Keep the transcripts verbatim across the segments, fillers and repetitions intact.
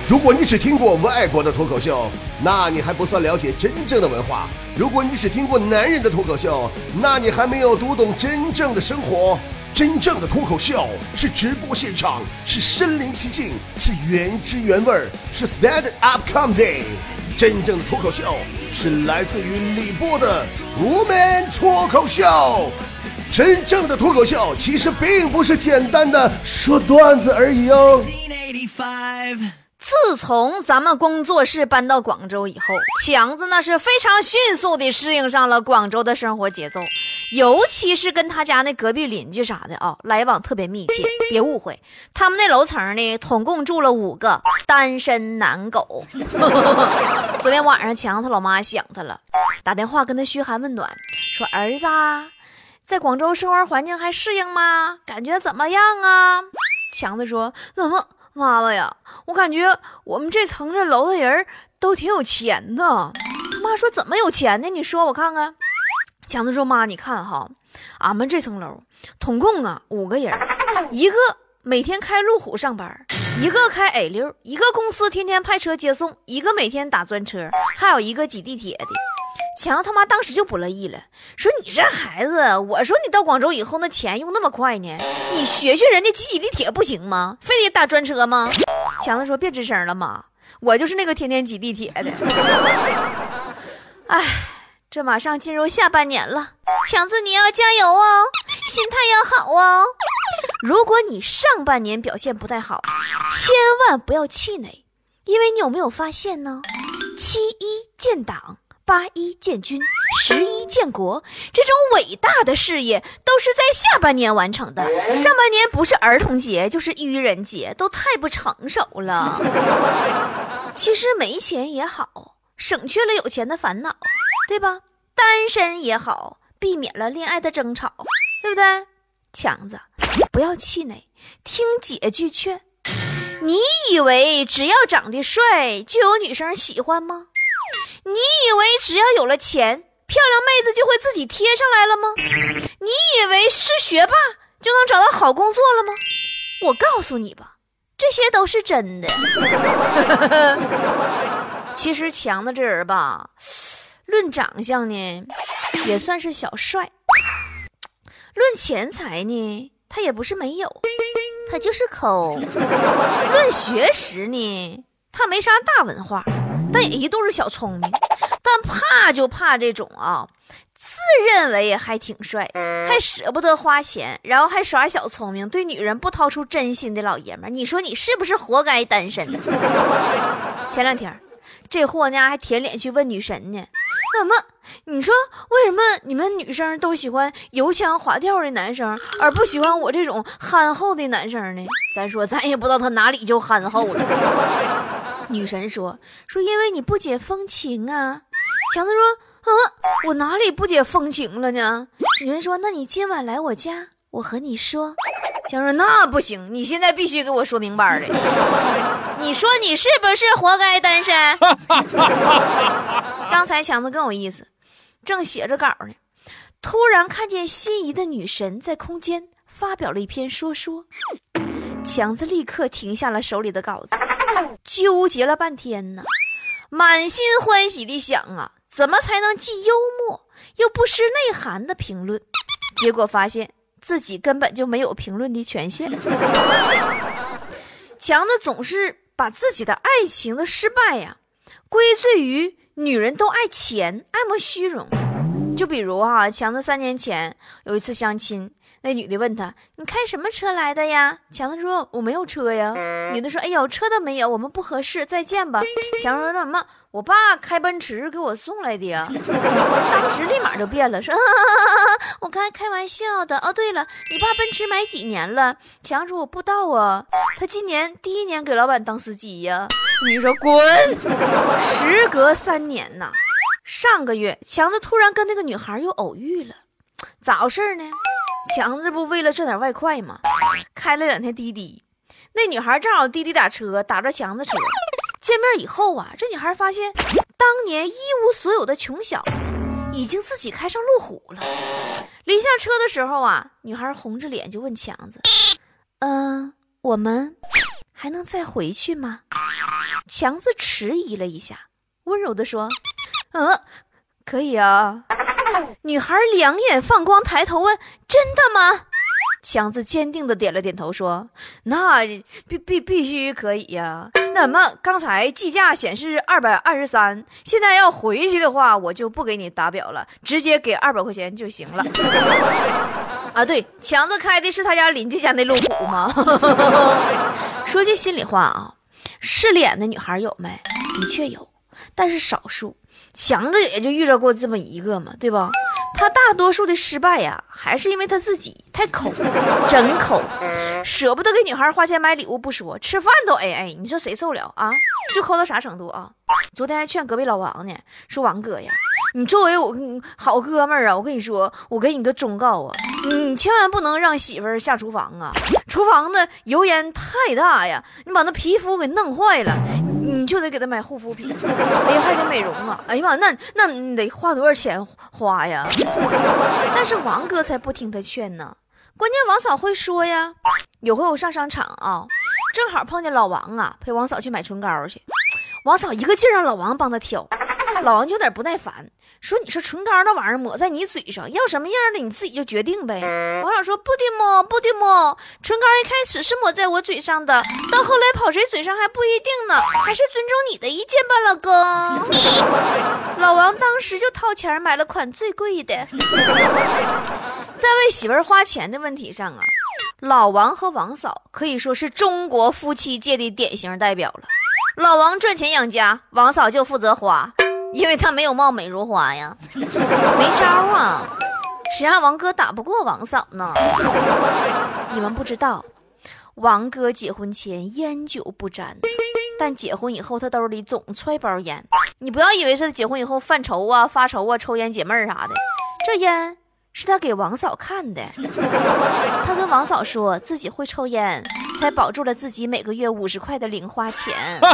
如果你只听过外国的脱口秀，那你还不算了解真正的文化；如果你只听过男人的脱口秀，那你还没有读懂真正的生活。真正的脱口秀是直播现场，是身临其境，是原汁原味，是 stand up comedy。真正的脱口秀是来自于李波的无门脱口秀。真正的脱口秀其实并不是简单的说段子而已哦。 自从咱们工作室搬到广州以后，强子那是非常迅速地适应上了广州的生活节奏，尤其是跟他家那隔壁邻居啥的啊、哦，来往特别密切。别误会，他们那楼层呢，统共住了五个单身男狗。昨天晚上强他老妈想他了，打电话跟他嘘寒问暖，说儿子在广州生活环境还适应吗？感觉怎么样啊？强子说怎么妈妈呀，我感觉我们这层这楼的人都挺有钱的。他妈说怎么有钱呢？你说我看看。强子说妈你看哈，俺们这层楼统共啊五个人，一个每天开路虎上班，一个开 A 六，一个公司天天派车接送，一个每天打专车，还有一个挤地铁的。强他妈当时就不乐意了，说你这孩子，我说你到广州以后那钱用那么快呢，你学学人家挤挤地铁不行吗？非得打专车吗？强子说别吱声了妈，我就是那个天天挤地铁的。哎，这马上进入下半年了，强子你要加油哦，心态要好哦。如果你上半年表现不太好，千万不要气馁，因为你有没有发现呢？七一建党，八一建军，十一建国，这种伟大的事业都是在下半年完成的。上半年不是儿童节就是愚人节，都太不成熟了。其实没钱也好，省去了有钱的烦恼，对吧？单身也好，避免了恋爱的争吵，对不对？强子不要气馁，听姐句劝。你以为只要长得帅就有女生喜欢吗？你以为只要有了钱，漂亮妹子就会自己贴上来了吗？你以为是学霸就能找到好工作了吗？我告诉你吧，这些都是真的。其实强的这人吧，论长相呢也算是小帅，论钱财呢他也不是没有，他就是抠。论学识呢他没啥大文化，但也一肚子小聪明。但怕就怕这种啊，自认为还挺帅，还舍不得花钱，然后还耍小聪明，对女人不掏出真心的老爷们儿，你说你是不是活该单身？前两天这货呢还舔脸去问女神呢，怎么你说为什么你们女生都喜欢油腔滑调的男生，而不喜欢我这种憨厚的男生呢？咱说咱也不知道他哪里就憨厚了。女神说说因为你不解风情啊。强子说啊，我哪里不解风情了呢？女人说那你今晚来我家，我和你说。强说那不行，你现在必须给我说明白了。你说你是不是活该单身？刚才强子更有意思，正写着稿呢，突然看见心仪的女神在空间发表了一篇说说。强子立刻停下了手里的稿子，纠结了半天呢，满心欢喜地想啊，怎么才能既幽默又不失内涵的评论？结果发现自己根本就没有评论的权限。强子总是把自己的爱情的失败呀、啊，归罪于女人都爱钱，爱慕虚荣。就比如哈、啊，强子三年前有一次相亲，那女的问他你开什么车来的呀？强子说我没有车呀。女的说哎呦车都没有，我们不合适，再见吧。强子说那什么我爸开奔驰给我送来的呀。当时立马就变了，说、啊、我刚才开玩笑的。哦对了，你爸奔驰买几年了？强子说我不知道啊，他今年第一年给老板当司机呀。女说滚。时隔三年呐，上个月强子突然跟那个女孩又偶遇了，咋回事呢？强子不为了挣点外快吗？开了两天滴滴，那女孩正好滴滴打车打着强子车，见面以后啊，这女孩发现当年一无所有的穷小子已经自己开上路虎了。临下车的时候啊，女孩红着脸就问强子嗯、呃，我们还能再回去吗？ 强子迟疑了一下，温柔地说：嗯，可以啊。女孩两眼放光，抬头问：真的吗？强子坚定地点了点头，说：那必必必须可以呀、啊。那么刚才计价显示二百二十三，现在要回去的话，我就不给你打表了，直接给二百块钱就行了。啊，对，强子开的是他家邻居家那路虎吗？说句心里话啊，是脸的女孩有没？的确有，但是少数。强子也就遇着过这么一个嘛，对吧？他大多数的失败呀、啊，还是因为他自己太抠，真抠，舍不得给女孩花钱买礼物不说，吃饭都 A A， 你说谁受了啊？就抠到啥程度啊？昨天还劝隔壁老王呢，说王哥呀，你作为我好哥们儿啊，我跟你说，我给你个忠告啊，你千万不能让媳妇儿下厨房啊，厨房的油烟太大呀，你把那皮肤给弄坏了。你就得给他买护肤品，哎呀，还得美容啊！哎呀妈，那那你得花多少钱花呀？但是王哥才不听他劝呢。关键王嫂会说呀。有回我上商场啊，正好碰见老王啊，陪王嫂去买唇膏去。王嫂一个劲儿让老王帮他挑，老王就有点不耐烦，说：“你说唇膏那玩意儿抹在你嘴上，要什么样的你自己就决定呗。”王嫂说：“不的么，不的么，唇膏一开始是抹在我嘴上的，到后来跑谁嘴上还不一定呢，还是尊重你的意见吧，老公。”老王当时就掏钱买了款最贵的。在为媳妇儿花钱的问题上啊，老王和王嫂可以说是中国夫妻界的典型代表了。老王赚钱养家，王嫂就负责花，因为他没有貌美如花呀，没招啊，谁让王哥打不过王嫂呢？你们不知道，王哥结婚前烟酒不沾，但结婚以后他兜里总揣包烟。你不要以为是结婚以后犯愁啊、发愁啊、抽烟解闷啥的，这烟是他给王嫂看的。他跟王嫂说自己会抽烟，才保住了自己每个月五十块的零花钱。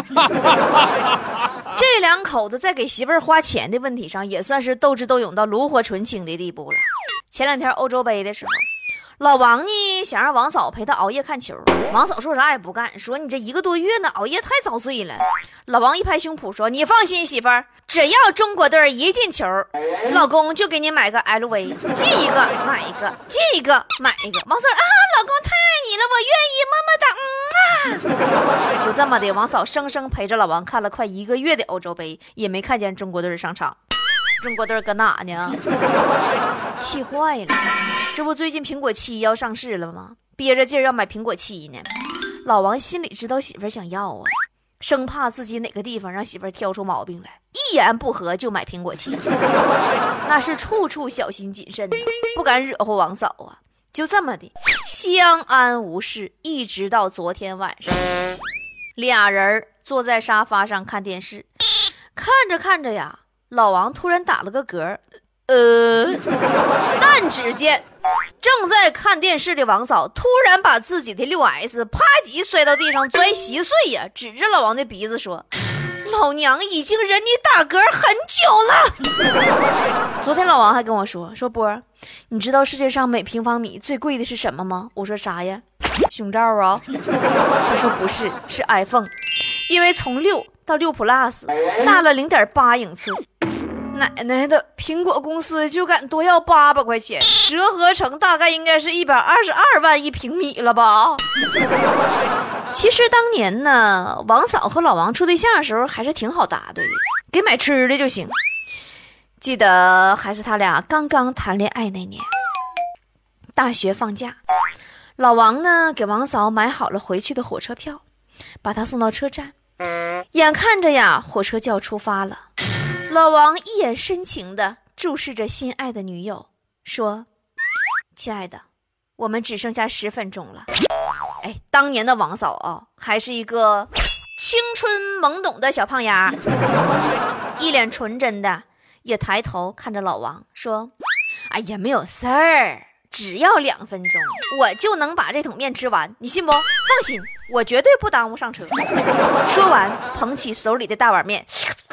这两口子在给媳妇儿花钱的问题上也算是斗智斗勇到炉火纯青的地步了。前两天欧洲杯的时候，老王呢想让王嫂陪他熬夜看球，王嫂说啥也不干，说你这一个多月呢熬夜太早睡了。老王一拍胸脯说：“你放心，媳妇儿，只要中国队一进球，老公就给你买个 L V， 进一个买一个，进一个买一个。”王嫂啊，老公太爱你了，我愿意，么么哒，嗯啊。就这么的，王嫂生生陪着老王看了快一个月的欧洲杯，也没看见中国队上场。中国队搁哪呢？气坏了！这不最近苹果七要上市了吗？憋着劲儿要买苹果七呢。老王心里知道媳妇儿想要啊，生怕自己哪个地方让媳妇儿挑出毛病来，一言不合就买苹果七，那是处处小心谨慎的，不敢惹祸王嫂啊。就这么的相安无事，一直到昨天晚上，俩人坐在沙发上看电视，看着看着呀，老王突然打了个嗝，呃，但只见正在看电视的王嫂突然把自己的 六 S 啪叽摔到地上摔稀碎呀，指着老王的鼻子说：“老娘已经忍你打嗝很久了。”昨天老王还跟我说说波，你知道世界上每平方米最贵的是什么吗？我说啥呀？胸罩啊。他说不是，是 iPhone， 因为从六到六 Plus 大了 零点八英寸。奶奶的，苹果公司就敢多要八百块钱，折合成大概应该是一百二十二万一平米了吧。其实当年呢，王嫂和老王处对象的时候还是挺好搭对的，给买吃的就行。记得还是他俩刚刚谈恋爱那年，大学放假，老王呢给王嫂买好了回去的火车票，把她送到车站。眼看着呀，火车就要出发了，老王一眼深情地注视着心爱的女友，说：“亲爱的，我们只剩下十分钟了。”哎，当年的王嫂啊，还是一个青春懵懂的小胖丫，一脸纯真的，也抬头看着老王说：“哎呀，没有事儿，只要两分钟，我就能把这桶面吃完，你信不？放心，我绝对不耽误上车。”说完，捧起手里的大碗面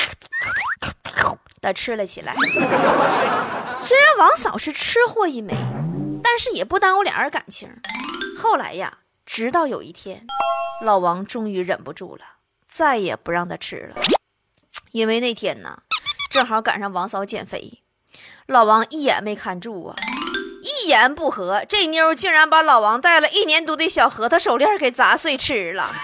的吃了起来。虽然王嫂是吃货一枚，但是也不耽误俩人感情。后来呀，直到有一天，老王终于忍不住了， 再也不让他吃了。因为那天呢，正好赶上王嫂减肥，老王一眼没看住啊，一言不合，这妞竟然把老王戴了一年多的小核桃手链给砸碎吃了。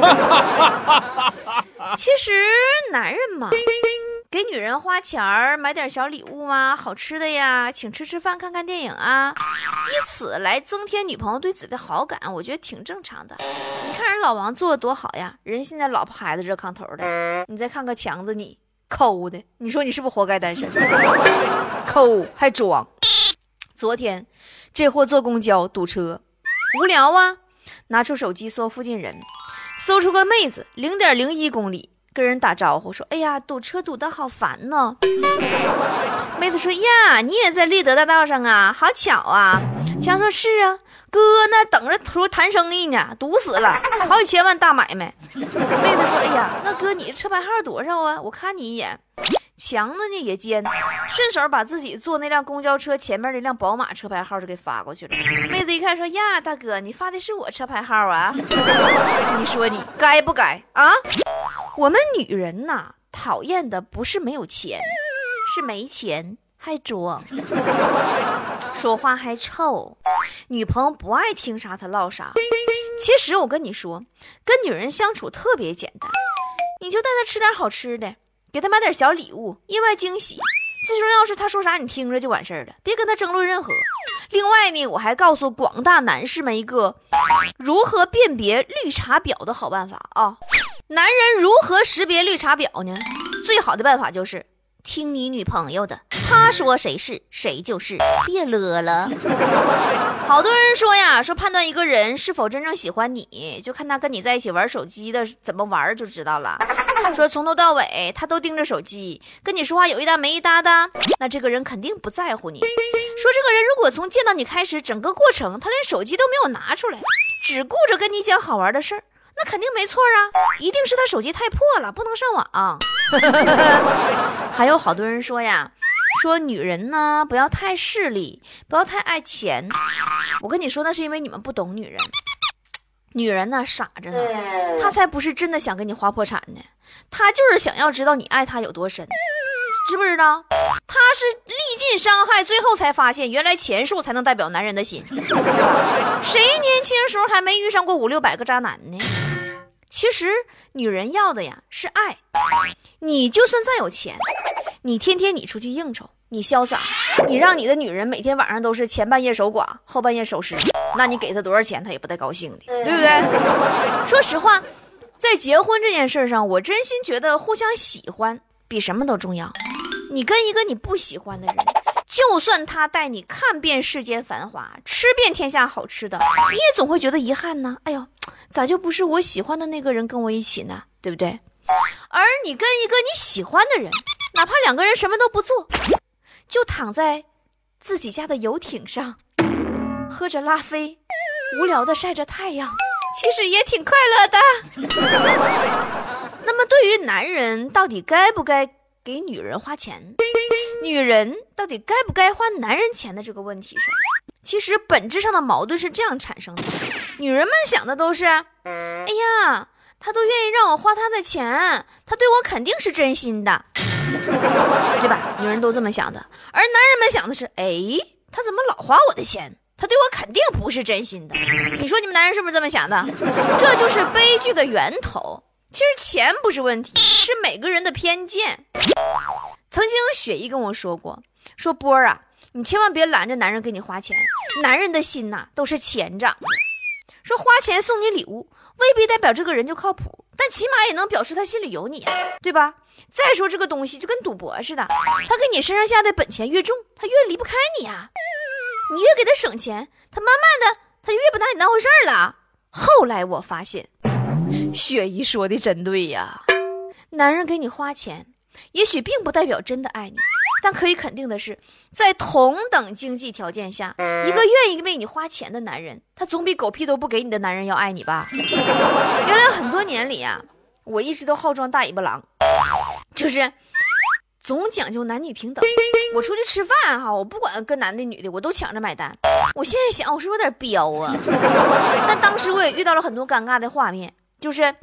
其实男人嘛，给女人花钱儿买点小礼物啊，好吃的呀，请吃吃饭看看电影啊，以此来增添女朋友对自己的好感，我觉得挺正常的。你看人老王做的多好呀，人现在老婆孩子热炕头的，你再看看强子你抠的，你说你是不是活该单身？抠还装。昨天这货坐公交堵车，无聊啊，拿出手机搜附近人，搜出个妹子 零点零一公里，跟人打招呼说，哎呀，堵车堵得好烦呢。妹子说，呀，你也在立德大道上啊，好巧啊。强说，是啊，哥那等着说谈生意呢，堵死了，好几千万大买卖。妹子说，哎呀，那哥你车牌号多少啊，我看你一眼。强子呢也尖，顺手把自己坐那辆公交车前面的一辆宝马车牌号就给发过去了。妹子一看说，呀，大哥你发的是我车牌号啊。你说你该不该啊？我们女人呐，讨厌的不是没有钱，是没钱还装，说话还臭，女朋友不爱听啥她唠啥。其实我跟你说，跟女人相处特别简单，你就带她吃点好吃的，给她买点小礼物，意外惊喜，最重要是她说啥你听着就完事儿了，别跟她争论任何。另外呢，我还告诉广大男士们一个如何辨别绿茶婊的好办法啊！男人如何识别绿茶婊呢？最好的办法就是听你女朋友的，她说谁是谁就是，别乐了。好多人说呀，说判断一个人是否真正喜欢你，就看他跟你在一起玩手机的怎么玩就知道了。说从头到尾他都盯着手机，跟你说话有一搭没一搭的，那这个人肯定不在乎你。说这个人如果从见到你开始整个过程他连手机都没有拿出来，只顾着跟你讲好玩的事儿，那肯定没错啊，一定是他手机太破了，不能上网。还有好多人说呀，说女人呢不要太势利，不要太爱钱。我跟你说，那是因为你们不懂女人。女人呢傻着呢，她才不是真的想跟你花破产呢，她就是想要知道你爱她有多深，知不知道？她是历尽伤害，最后才发现原来钱数才能代表男人的心。谁年轻时候还没遇上过五六百个渣男呢？其实女人要的呀是爱。你就算再有钱，你天天你出去应酬，你潇洒，你让你的女人每天晚上都是前半夜守寡后半夜守尸，那你给她多少钱她也不带高兴的，对不对？说实话，在结婚这件事上，我真心觉得互相喜欢比什么都重要。你跟一个你不喜欢的人，就算他带你看遍世间繁华，吃遍天下好吃的，你也总会觉得遗憾呢。哎呦，咋就不是我喜欢的那个人跟我一起呢？对不对？而你跟一个你喜欢的人，哪怕两个人什么都不做，就躺在自己家的游艇上，喝着拉菲，无聊的晒着太阳，其实也挺快乐的。那么对于男人到底该不该给女人花钱，女人到底该不该花男人钱的这个问题上，其实本质上的矛盾是这样产生的。女人们想的都是，哎呀，他都愿意让我花他的钱，他对我肯定是真心的，对吧？女人都这么想的。而男人们想的是，哎，他怎么老花我的钱，他对我肯定不是真心的。你说你们男人是不是这么想的？这就是悲剧的源头。其实钱不是问题，是每个人的偏见。曾经雪姨跟我说过，说波儿啊，你千万别拦着男人给你花钱，男人的心呐、啊、都是钱长的。说花钱送你礼物未必代表这个人就靠谱，但起码也能表示他心里有你啊，对吧？再说这个东西就跟赌博似的，他给你身上下的本钱越重，他越离不开你啊。你越给他省钱，他慢慢的他越不拿你当回事儿了。后来我发现雪姨说的真对呀，男人给你花钱也许并不代表真的爱你，但可以肯定的是，在同等经济条件下，一个愿意为你花钱的男人，他总比狗屁都不给你的男人要爱你吧。原来很多年里啊，我一直都好装大尾巴狼，就是总讲究男女平等。我出去吃饭哈，我不管跟男的女的，我都抢着买单。我现在想，我是不是有点彪啊？但当时我也遇到了很多尴尬的画面，就是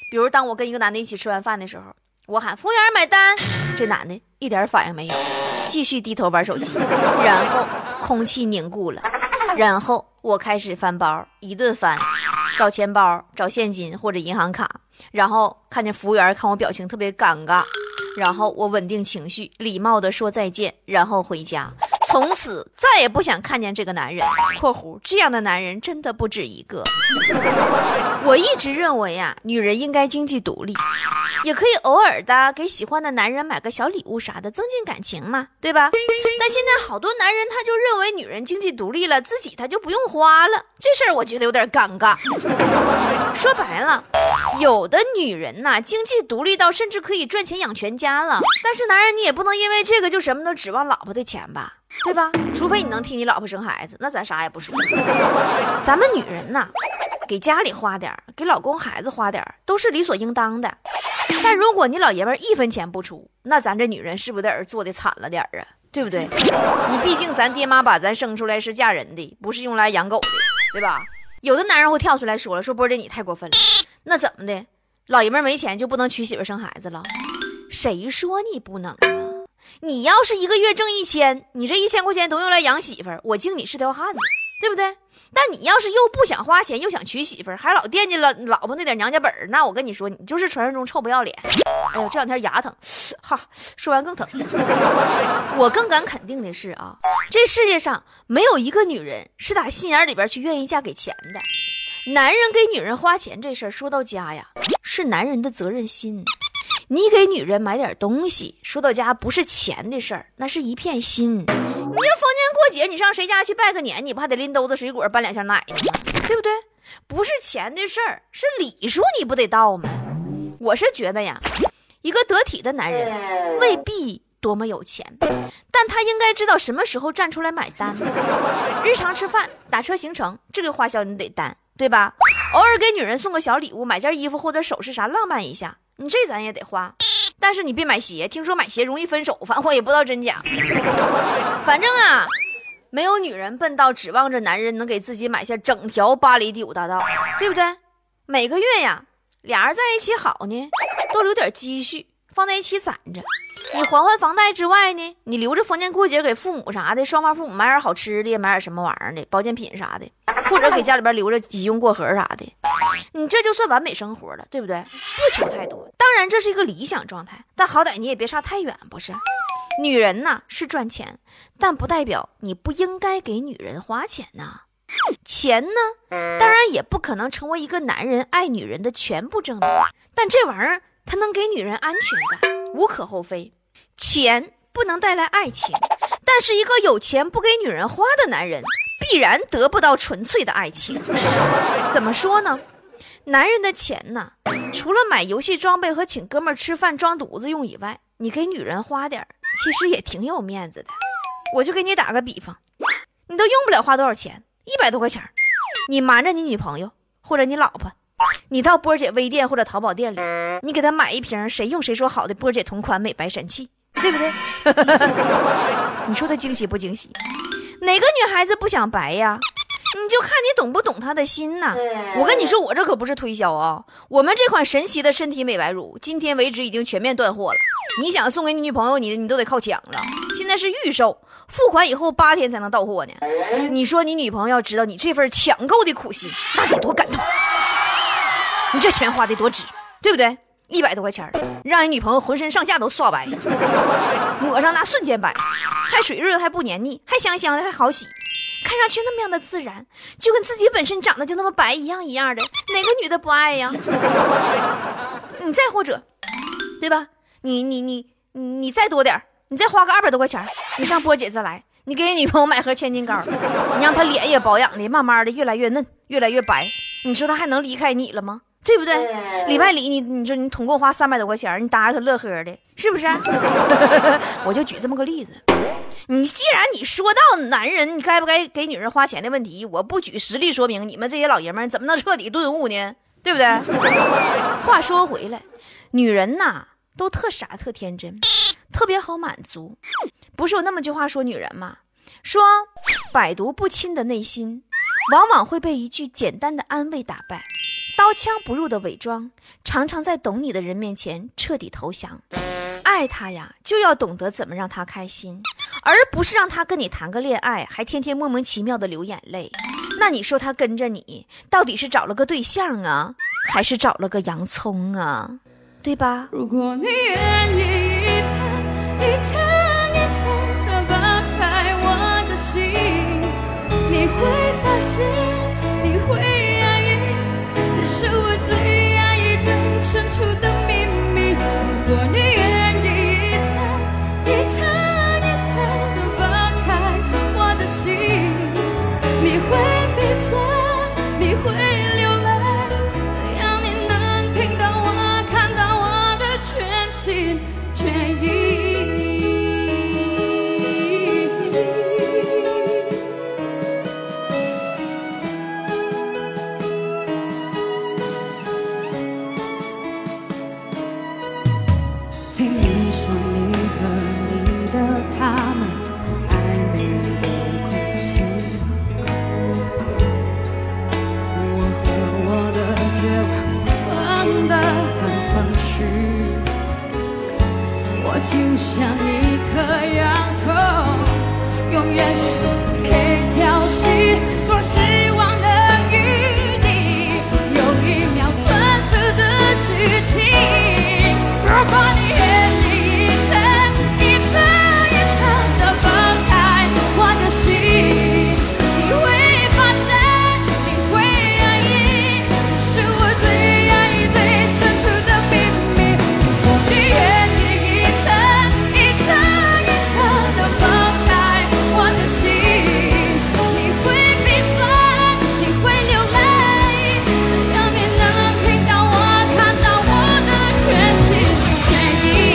比如当我跟一个男的一起吃完饭的时候，我喊服务员买单，这男的一点反应没有，继续低头玩手机，然后空气凝固了，然后我开始翻包，一顿翻，找钱包，找现金或者银行卡，然后看见服务员看我表情特别尴尬，然后我稳定情绪，礼貌地说再见，然后回家。从此再也不想看见这个男人（括弧这样的男人真的不止一个）。我一直认为啊，女人应该经济独立，也可以偶尔的给喜欢的男人买个小礼物啥的，增进感情嘛，对吧？但现在好多男人他就认为女人经济独立了，自己他就不用花了，这事儿我觉得有点尴尬。说白了，有的女人呐、啊，经济独立到甚至可以赚钱养全家了，但是男人你也不能因为这个就什么都指望老婆的钱吧，对吧？除非你能替你老婆生孩子，那咱啥也不说。咱们女人呐、啊，给家里花点，给老公孩子花点，都是理所应当的。但如果你老爷们一分钱不出，那咱这女人是不是有点做的惨了点啊？对不对？你毕竟咱爹妈把咱生出来是嫁人的，不是用来养狗的，对吧？有的男人会跳出来说了，说波姐你太过分了，那怎么的？老爷们没钱就不能娶媳妇生孩子了？谁说你不能啊？你要是一个月挣一千，你这一千块钱都用来养媳妇儿，我敬你是条汉子，对不对？但你要是又不想花钱，又想娶媳妇儿，还老惦记了老婆那点娘家本儿，那我跟你说，你就是传说中臭不要脸。哎呦，这两天牙疼，哈，说完更疼。我更敢肯定的是啊，这世界上没有一个女人是打心眼里边去愿意嫁给钱的。男人给女人花钱这事儿，说到家呀，是男人的责任心。你给女人买点东西，说到家不是钱的事儿，那是一片心。你就逢年过节，你上谁家去拜个年，你不还得拎兜子水果搬两箱奶呢吗？对不对？不是钱的事儿，是礼数你不得到吗？我是觉得呀，一个得体的男人未必多么有钱，但他应该知道什么时候站出来买单。日常吃饭打车行程，这个花销你得担，对吧？偶尔给女人送个小礼物，买件衣服或者首饰啥浪漫一下，你这咱也得花。但是你别买鞋，听说买鞋容易分手，反正我也不知道真假。反正啊，没有女人笨到指望着男人能给自己买下整条巴黎第五大道，对不对？每个月呀，俩人在一起好呢，都留点积蓄放在一起攒着。你还还房贷之外呢，你留着逢年过节给父母啥的，双方父母买点好吃的，买点什么玩意儿的保健品啥的，或者给家里边留着急用过盒啥的，你这就算完美生活了，对不对？不求太多，当然这是一个理想状态，但好歹你也别差太远，不是？女人呐是赚钱，但不代表你不应该给女人花钱呐。钱呢，当然也不可能成为一个男人爱女人的全部证明，但这玩意儿它能给女人安全感，无可厚非。钱不能带来爱情，但是一个有钱不给女人花的男人必然得不到纯粹的爱情。怎么说呢？男人的钱呢，除了买游戏装备和请哥们儿吃饭装犊子用以外，你给女人花点其实也挺有面子的。我就给你打个比方，你都用不了花多少钱，一百多块钱，你瞒着你女朋友或者你老婆，你到波姐微店或者淘宝店里，你给她买一瓶谁用谁说好的波姐同款美白神器，对不对？你说她惊喜不惊喜？哪个女孩子不想白呀？你就看你懂不懂她的心呐。我跟你说，我这可不是推销啊，我们这款神奇的身体美白乳今天为止已经全面断货了，你想送给你女朋友，你你都得靠抢了。现在是预售，付款以后八天才能到货呢。你说你女朋友知道你这份抢购的苦心，那得多感动，你这钱花得多值，对不对？一百多块钱，让你女朋友浑身上下都刷白，抹上那瞬间白，还水润还不黏腻，还香香的还好洗，看上去那么样的自然，就跟自己本身长得就那么白一样一样的，哪个女的不爱呀？你再或者，对吧？你你你你再多点，你再花个二百多块钱，你上波姐这来，你给你女朋友买盒千金膏，你让她脸也保养的慢慢的越来越嫩，越来越白，你说她还能离开你了吗？对不对？礼拜里你你说你统共花三百多块钱，你搭着他乐呵的，是不是？我就举这么个例子。你既然你说到男人你该不该给女人花钱的问题，我不举实例说明，你们这些老爷们怎么能彻底顿悟呢？对不对？话说回来，女人呐都特傻特天真，特别好满足。不是有那么句话说女人吗？说百毒不侵的内心往往会被一句简单的安慰打败， 刀枪不入的伪装，常常在懂你的人面前彻底投降。爱他呀，就要懂得怎么让他开心，而不是让他跟你谈个恋爱，还天天莫名其妙的流眼泪。那你说他跟着你，到底是找了个对象啊，还是找了个洋葱啊？对吧？ 如果你愿意一层一层一层地扒开我的心，你会发现，你会压抑，这是我最压抑最深处的秘密。如果你愿意一层一层一层地扒开我的心，你会鼻酸，你会流泪，怎样你能听到我看到我的全心全意？听你说你和你的他们暧昧的空气，我和我的绝望放得很风趣，我就像一颗洋葱，永远是可挑戏，多希望能与你有一秒钻石的剧情。如果你愿意一层一层一层地剥开我的心，你会发现，你会压抑，这是我最压抑最深处的秘密。如果你愿意一层一层一层地剥开我的心，你会鼻酸，你会流泪，怎样你能听到我看到我的全心全意？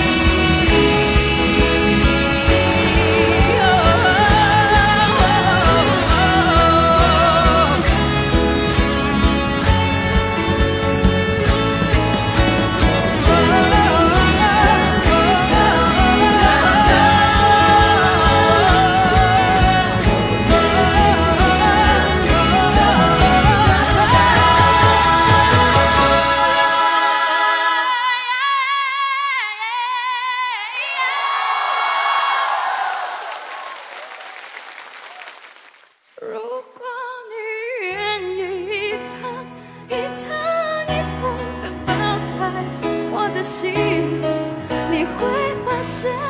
如果你愿意一层一层一层地剥开我的心，你会发现。